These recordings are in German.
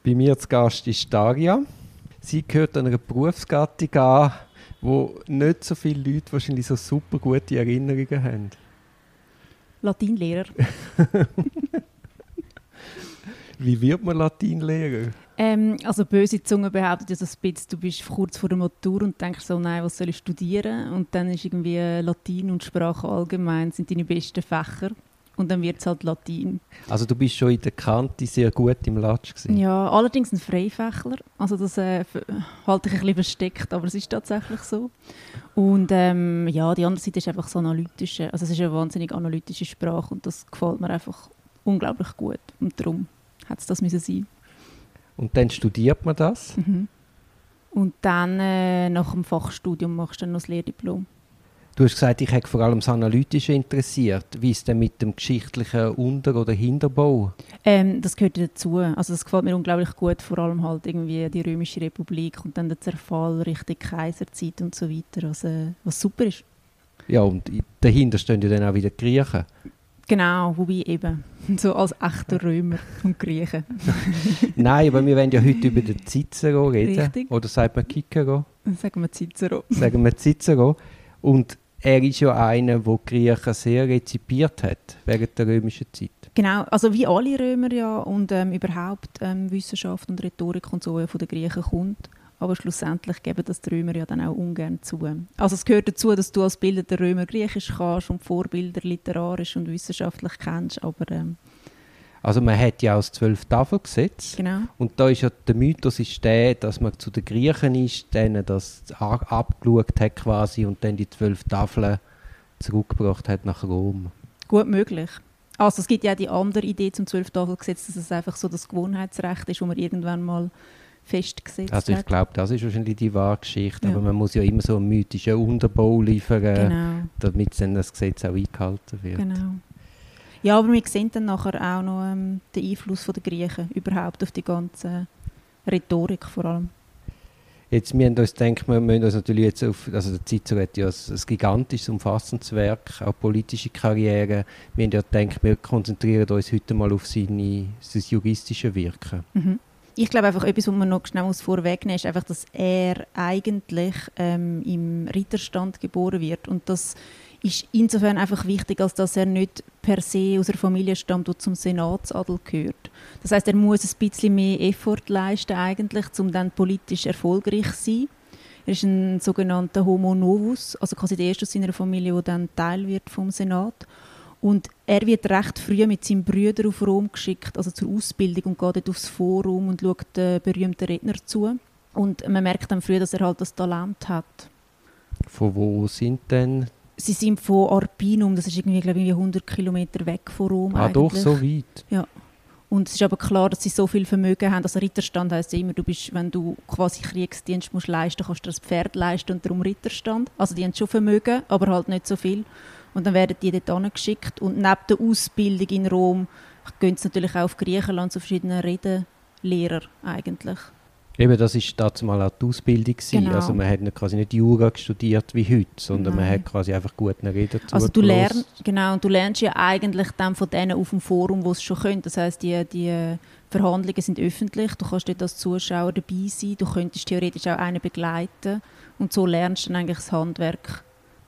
Bei mir zu Gast ist Daria. Sie gehört einer Berufsgattung an, wo nicht so viele Leute wahrscheinlich so super gute Erinnerungen haben. Latinlehrer. Wie wird man Latinlehrer? Also böse Zunge behauptet ja so ein bisschen, du bist kurz vor der Matur und denkst so, nein, was soll ich studieren? Und dann ist irgendwie Latin und Sprache allgemein sind deine besten Fächer. Und dann wird es halt Latin. Also du bist schon in der Kante sehr gut im Latsch gewesen. Ja, allerdings ein Freifächler. Also das halte ich ein bisschen versteckt, aber es ist tatsächlich so. Und ja, die andere Seite ist einfach so analytische. Also es ist eine wahnsinnig analytische Sprache und das gefällt mir einfach unglaublich gut. Und darum hat es das müssen sein. Und dann studiert man das? Mhm. Und dann nach dem Fachstudium machst du dann noch das Lehrdiplom. Du hast gesagt, ich hätte vor allem das Analytische interessiert. Wie ist es denn mit dem geschichtlichen Unter- oder Hinterbau? Das gehört dazu. Also das gefällt mir unglaublich gut, vor allem halt irgendwie die Römische Republik und dann der Zerfall Richtung Kaiserzeit und so weiter, was super ist. Ja, und dahinter stehen ja dann auch wieder die Griechen. Genau, wobei eben, so als echter Römer und Griechen. Nein, aber wir wollen ja heute über den Cicero reden. Richtig. Oder sagt man Cicero? Sagen wir Cicero. Sagen wir Cicero. Und er ist ja einer, der die Griechen sehr rezipiert hat während der römischen Zeit. Genau, also wie alle Römer ja und überhaupt Wissenschaft und Rhetorik und so von den Griechen kommt. Aber schlussendlich geben das die Römer ja dann auch ungern zu. Also es gehört dazu, dass du als bildender Römer Griechisch kannst und Vorbilder literarisch und wissenschaftlich kennst, aber also man hat ja auch das 12-Tafel-Gesetz. genau. Und da ist ja der Mythos ist der, dass man zu den Griechen ist, denen das abgeschaut hat quasi und dann die 12 Tafeln zurückgebracht hat nach Rom. Gut möglich. Also es gibt ja auch die andere Idee zum 12-Tafel-Gesetz, dass es einfach so das Gewohnheitsrecht ist, das man irgendwann mal festgesetzt Also ich hat. glaube, das ist wahrscheinlich die wahre Geschichte, Ja. aber man muss ja immer so einen mythischen Unterbau liefern, Genau. damit dann das Gesetz auch eingehalten wird. Genau. Ja, aber wir sehen dann nachher auch noch den Einfluss der Griechen überhaupt auf die ganze Rhetorik vor allem. Jetzt, wir haben uns gedacht, wir müssen uns natürlich jetzt auf, also der Cicero hat ja ein gigantisches, umfassendes Werk, auch politische Karriere. Wir haben ja gedacht, wir konzentrieren uns heute mal auf sein juristische Wirken. Mhm. Ich glaube einfach, etwas, was man noch schnell vorwegnehmen muss, ist einfach, dass er eigentlich im Ritterstand geboren wird. Und das ist insofern einfach wichtig, als dass er nicht per se aus einer Familie stammt, die zum Senatsadel gehört. Das heißt, er muss ein bisschen mehr Effort leisten eigentlich, um dann politisch erfolgreich zu sein. Er ist ein sogenannter Homo novus, also quasi der erste aus seiner Familie, der dann Teil wird vom Senat. Und er wird recht früh mit seinem Bruder auf Rom geschickt, also zur Ausbildung, und geht dort aufs Forum und schaut den berühmten Redner zu. Und man merkt dann früh, dass er halt das Talent hat. Von wo sind denn? Sie sind von Arpinum, das ist irgendwie, glaube ich, 100 Kilometer weg von Rom. Ah, eigentlich. doch, so weit? Ja. Und es ist aber klar, dass sie so viel Vermögen haben. Also Ritterstand heisst ja immer, du bist, wenn du quasi Kriegsdienst musst leisten, kannst du das Pferd leisten und darum Ritterstand. Also die haben schon Vermögen, aber halt nicht so viel. Und dann werden die dort hingeschickt. Und neben der Ausbildung in Rom gehen sie natürlich auch auf Griechenland zu verschiedenen Redenlehrer eigentlich. Eben, das war damals mal auch die Ausbildung. Genau. Also man hat quasi nicht Jura studiert wie heute, sondern man Nein. hat quasi einfach guten Reden zugelassen. Also du lernst ja eigentlich dann von denen auf dem Forum, wo es schon können. Das heisst, die Verhandlungen sind öffentlich, du kannst dort als Zuschauer dabei sein, du könntest theoretisch auch einen begleiten und so lernst du dann eigentlich das Handwerk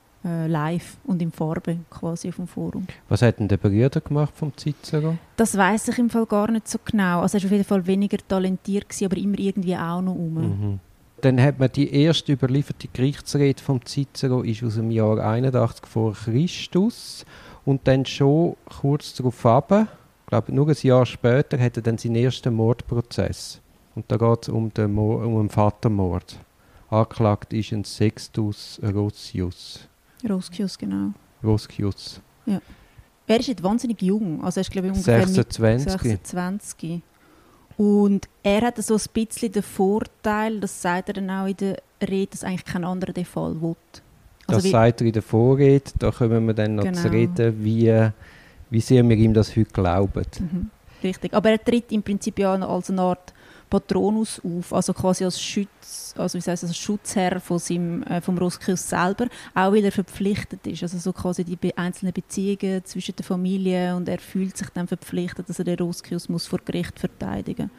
live und in Farbe quasi auf dem Forum. Was hat denn der Bruder gemacht vom Cicero? Das weiss ich im Fall gar nicht so genau. Also er war auf jeden Fall weniger talentiert gewesen, aber immer irgendwie auch noch rum. Mhm. Dann hat man die erste überlieferte Gerichtsrede vom Cicero ist aus dem Jahr 81 vor Christus und dann schon kurz darauf ab, ich glaube nur ein Jahr später, hat er dann seinen ersten Mordprozess. Und da geht es um einen Vatermord. Angeklagt ist ein Sextus Roscius. Roscius, genau. Ja. Er ist jetzt wahnsinnig jung, also er ist glaube ich ungefähr 26. Und er hat so ein bisschen den Vorteil, das sagt er dann auch in der Rede, dass eigentlich kein anderer den Fall will. Also das sagt er in der Vorrede, da kommen wir dann noch zu reden, wie sehr wir ihm das heute glauben. Mhm. Richtig, aber er tritt im Prinzip ja als eine Art Patronus auf, also quasi als als Schutzherr vom Roscius selber, auch weil er verpflichtet ist, also so quasi die einzelnen Beziehungen zwischen der Familie und er fühlt sich dann verpflichtet, dass er den Roscius muss vor Gericht verteidigen.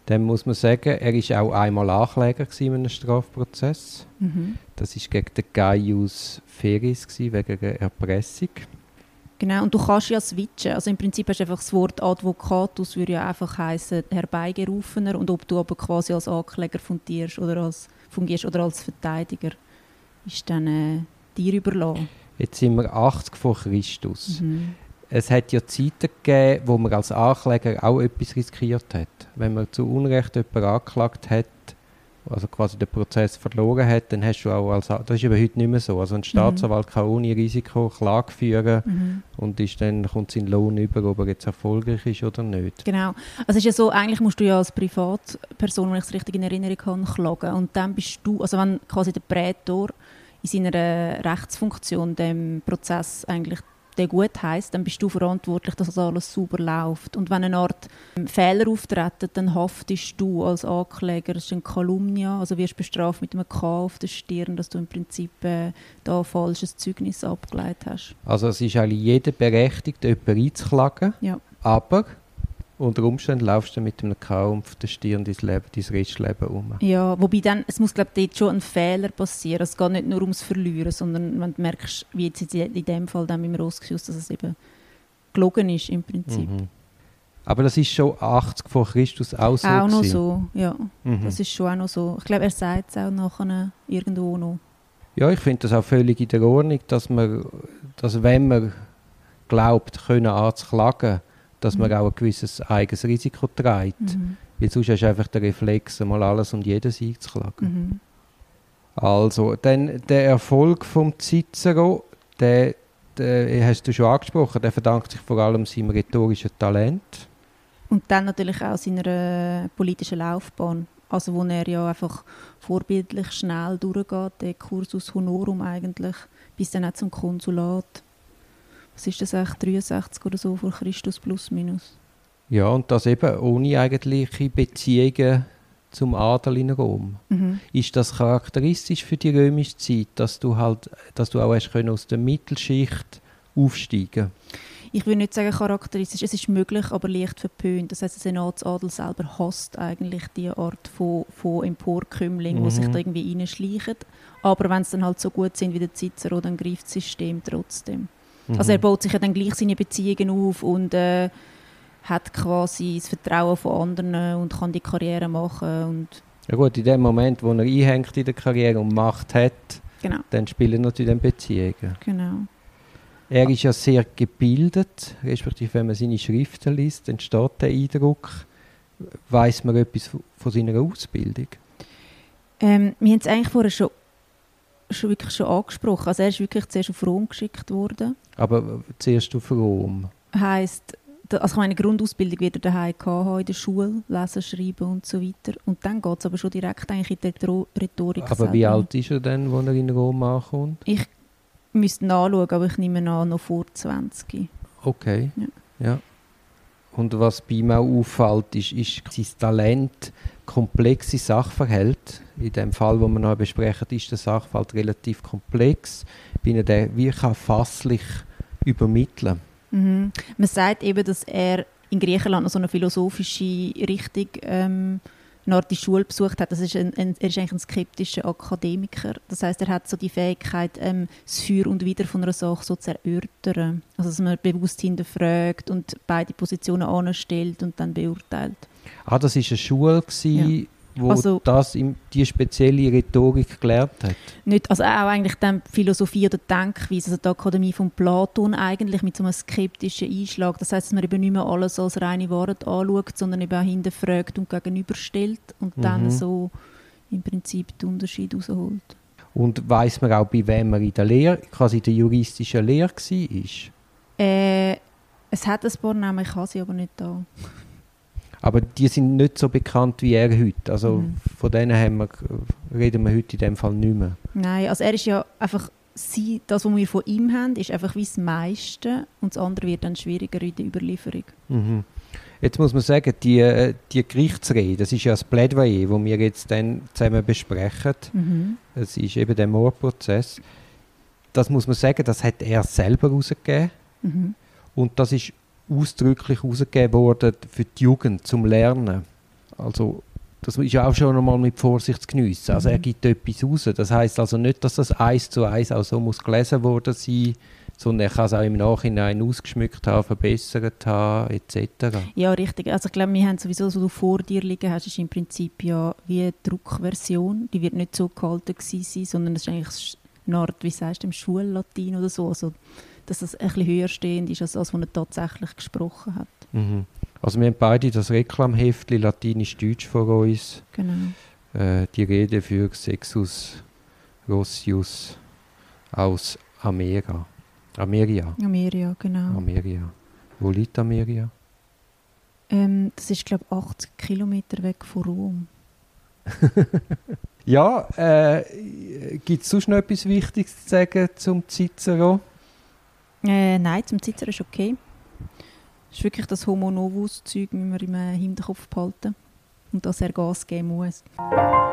Dann muss man sagen, er war auch einmal Ankläger in einem Strafprozess. Das war gegen den Gaius Ferris wegen der Erpressung. Genau, und du kannst ja switchen. Also im Prinzip hast du einfach das Wort Advocatus, würde ja einfach heissen Herbeigerufener. Und ob du aber quasi als Ankläger fungierst oder als Verteidiger, ist dann dir überlassen. Jetzt sind wir 80 vor Christus. Es hat ja Zeiten gegeben, wo man als Ankläger auch etwas riskiert hat. Wenn man zu Unrecht jemanden angeklagt hat, also quasi den Prozess verloren hat, dann hast du auch das ist eben heute nicht mehr so. Also ein Staatsanwalt kann ohne Risiko Klage führen und dann kommt sein Lohn über, ob er jetzt erfolgreich ist oder nicht. Genau. Also es ist ja so, eigentlich musst du ja als Privatperson, wenn ich es richtig in Erinnerung habe, klagen. Und dann bist du, also wenn quasi der Prätor in seiner Rechtsfunktion dem Prozess eigentlich der gut heisst, dann bist du verantwortlich, dass das alles sauber läuft. Und wenn eine Art Fehler auftreten, dann haftest du als Ankläger, das ist ein Calumnia, also wirst bestraft mit einem K auf der Stirn, dass du im Prinzip da falsches Zeugnis abgeleitet hast. Also es ist eigentlich jeder berechtigt, jemanden einzuklagen, aber unter Umständen laufst du mit einem K auf der Stirn dein Restleben um. Ja, wobei dann, es muss glaube ich dort schon ein Fehler passieren. Es geht nicht nur ums Verlieren, sondern wenn du merkst, wie jetzt in dem Fall dann mit dem Rossgeschuss, dass es eben gelogen ist im Prinzip. Aber das ist schon 80 vor Christus auch so auch noch gewesen. So, ja. Das ist schon auch noch so. Ich glaube, er sagt es auch nachher irgendwo noch. Ja, ich finde das auch völlig in der Ordnung, dass wenn man glaubt, können anzuklagen, dass man auch ein gewisses eigenes Risiko trägt. Weil sonst hast du einfach den Reflex, mal alles und jedes einzuklagen. Also, dann der Erfolg vom Cicero, den hast du schon angesprochen, der verdankt sich vor allem seinem rhetorischen Talent. Und dann natürlich auch seiner politischen Laufbahn. Also wo er ja einfach vorbildlich schnell durchgeht, der Cursus Honorum eigentlich, bis dann auch zum Konsulat. Was ist das eigentlich, 63 oder so vor Christus plus minus? Ja, und das eben ohne eigentliche Beziehungen zum Adel in Rom. Ist das charakteristisch für die römische Zeit, dass du auch hast können aus der Mittelschicht aufsteigen? Ich würde nicht sagen charakteristisch, es ist möglich, aber leicht verpönt. Das heisst, der Senatsadel selber hasst eigentlich diese Art von Emporkömmling, die sich da irgendwie reinschleichen. Aber wenn sie dann halt so gut sind wie der Cicero, dann greift das System trotzdem. Also er baut sich ja dann gleich seine Beziehungen auf und hat quasi das Vertrauen von anderen und kann die Karriere machen. Und ja gut, in dem Moment, wo er einhängt in der Karriere und Macht hat, dann spielen natürlich dann Beziehungen. Genau. Er ist ja sehr gebildet, respektive wenn man seine Schriften liest, entsteht der Eindruck, weiss man etwas von seiner Ausbildung? Wir haben es eigentlich vorher schon angesprochen. Also er ist wirklich zuerst auf Rom geschickt worden. Aber zuerst auf Rom? Heisst, also meine Grundausbildung wird er daheim haben, in der Schule, lesen, schreiben und so weiter. Und dann geht es aber schon direkt eigentlich in die Rhetorik. Aber selber. Wie alt ist er denn, als er in Rom ankommt? Ich müsste nachschauen, aber ich nehme an, noch vor 20. Okay, ja. Und was bei ihm auch auffällt, ist sein Talent, komplexe Sachverhalte. In dem Fall, den wir noch besprechen, ist der Sachverhalt relativ komplex. Wie kann fasslich übermitteln. Man sagt eben, dass er in Griechenland noch so eine philosophische Richtung die Schule besucht hat. Er ist eigentlich ein skeptischer Akademiker. Das heisst, er hat so die Fähigkeit, das Für und Wider von einer Sache so zu erörtern. Also, dass man bewusst hinterfragt und beide Positionen anstellt und dann beurteilt. Das war eine Schule, wo die spezielle Rhetorik gelernt hat? Nicht, also auch eigentlich dann Philosophie oder Denkweise, also die Akademie von Platon eigentlich mit so einem skeptischen Einschlag. Das heisst, dass man eben nicht mehr alles als reine Wahrheit anschaut, sondern eben auch hinterfragt und gegenüberstellt und dann so im Prinzip den Unterschied rausholt. Und weiss man auch, bei wem man in der Lehre, quasi in der juristischen Lehre war? Es hat ein paar Namen, ich habe sie aber nicht da. Aber die sind nicht so bekannt wie er heute. Also von denen reden wir heute in dem Fall nicht mehr. Nein, also er ist ja einfach, das, was wir von ihm haben, ist einfach wie das meiste und das andere wird dann schwieriger in der Überlieferung. Jetzt muss man sagen, die Gerichtsrede, das ist ja das Plädoyer, das wir jetzt dann zusammen besprechen. Das ist eben der Mordprozess. Das muss man sagen, das hat er selber herausgegeben. Und das ist ausdrücklich herausgegeben worden für die Jugend zum Lernen. Also das ist auch schon einmal mit Vorsicht zu geniessen. Also er gibt etwas raus. Das heisst also nicht, dass das 1:1 auch so muss gelesen worden sein, sondern er kann es auch im Nachhinein ausgeschmückt haben, verbessert haben, etc. Ja, richtig. Also ich glaube, wir haben sowieso, was du vor dir liegen hast, ist im Prinzip ja wie eine Druckversion. Die wird nicht so gehalten gewesen sein, sondern es ist eigentlich eine Art, wie sagst du, im Schullatein oder so. Also, dass das ein bisschen höher stehend ist, als das, was er tatsächlich gesprochen hat. Mhm. Also wir haben beide das Reklamheftchen Latinisch-Deutsch vor uns. Genau. Die Rede für Sextus Rossius aus Ameria. Ameria, genau. Ameria. Wo liegt Ameria? Das ist, glaube ich, 80 Kilometer weg von Rom. Ja, gibt es sonst noch etwas Wichtiges zu sagen zum Cicero? Nein, zum Cicero ist okay. Es ist wirklich das Homo Novus-Zeug, müssen wir im Hinterkopf behalten. Und dass er Gas geben muss.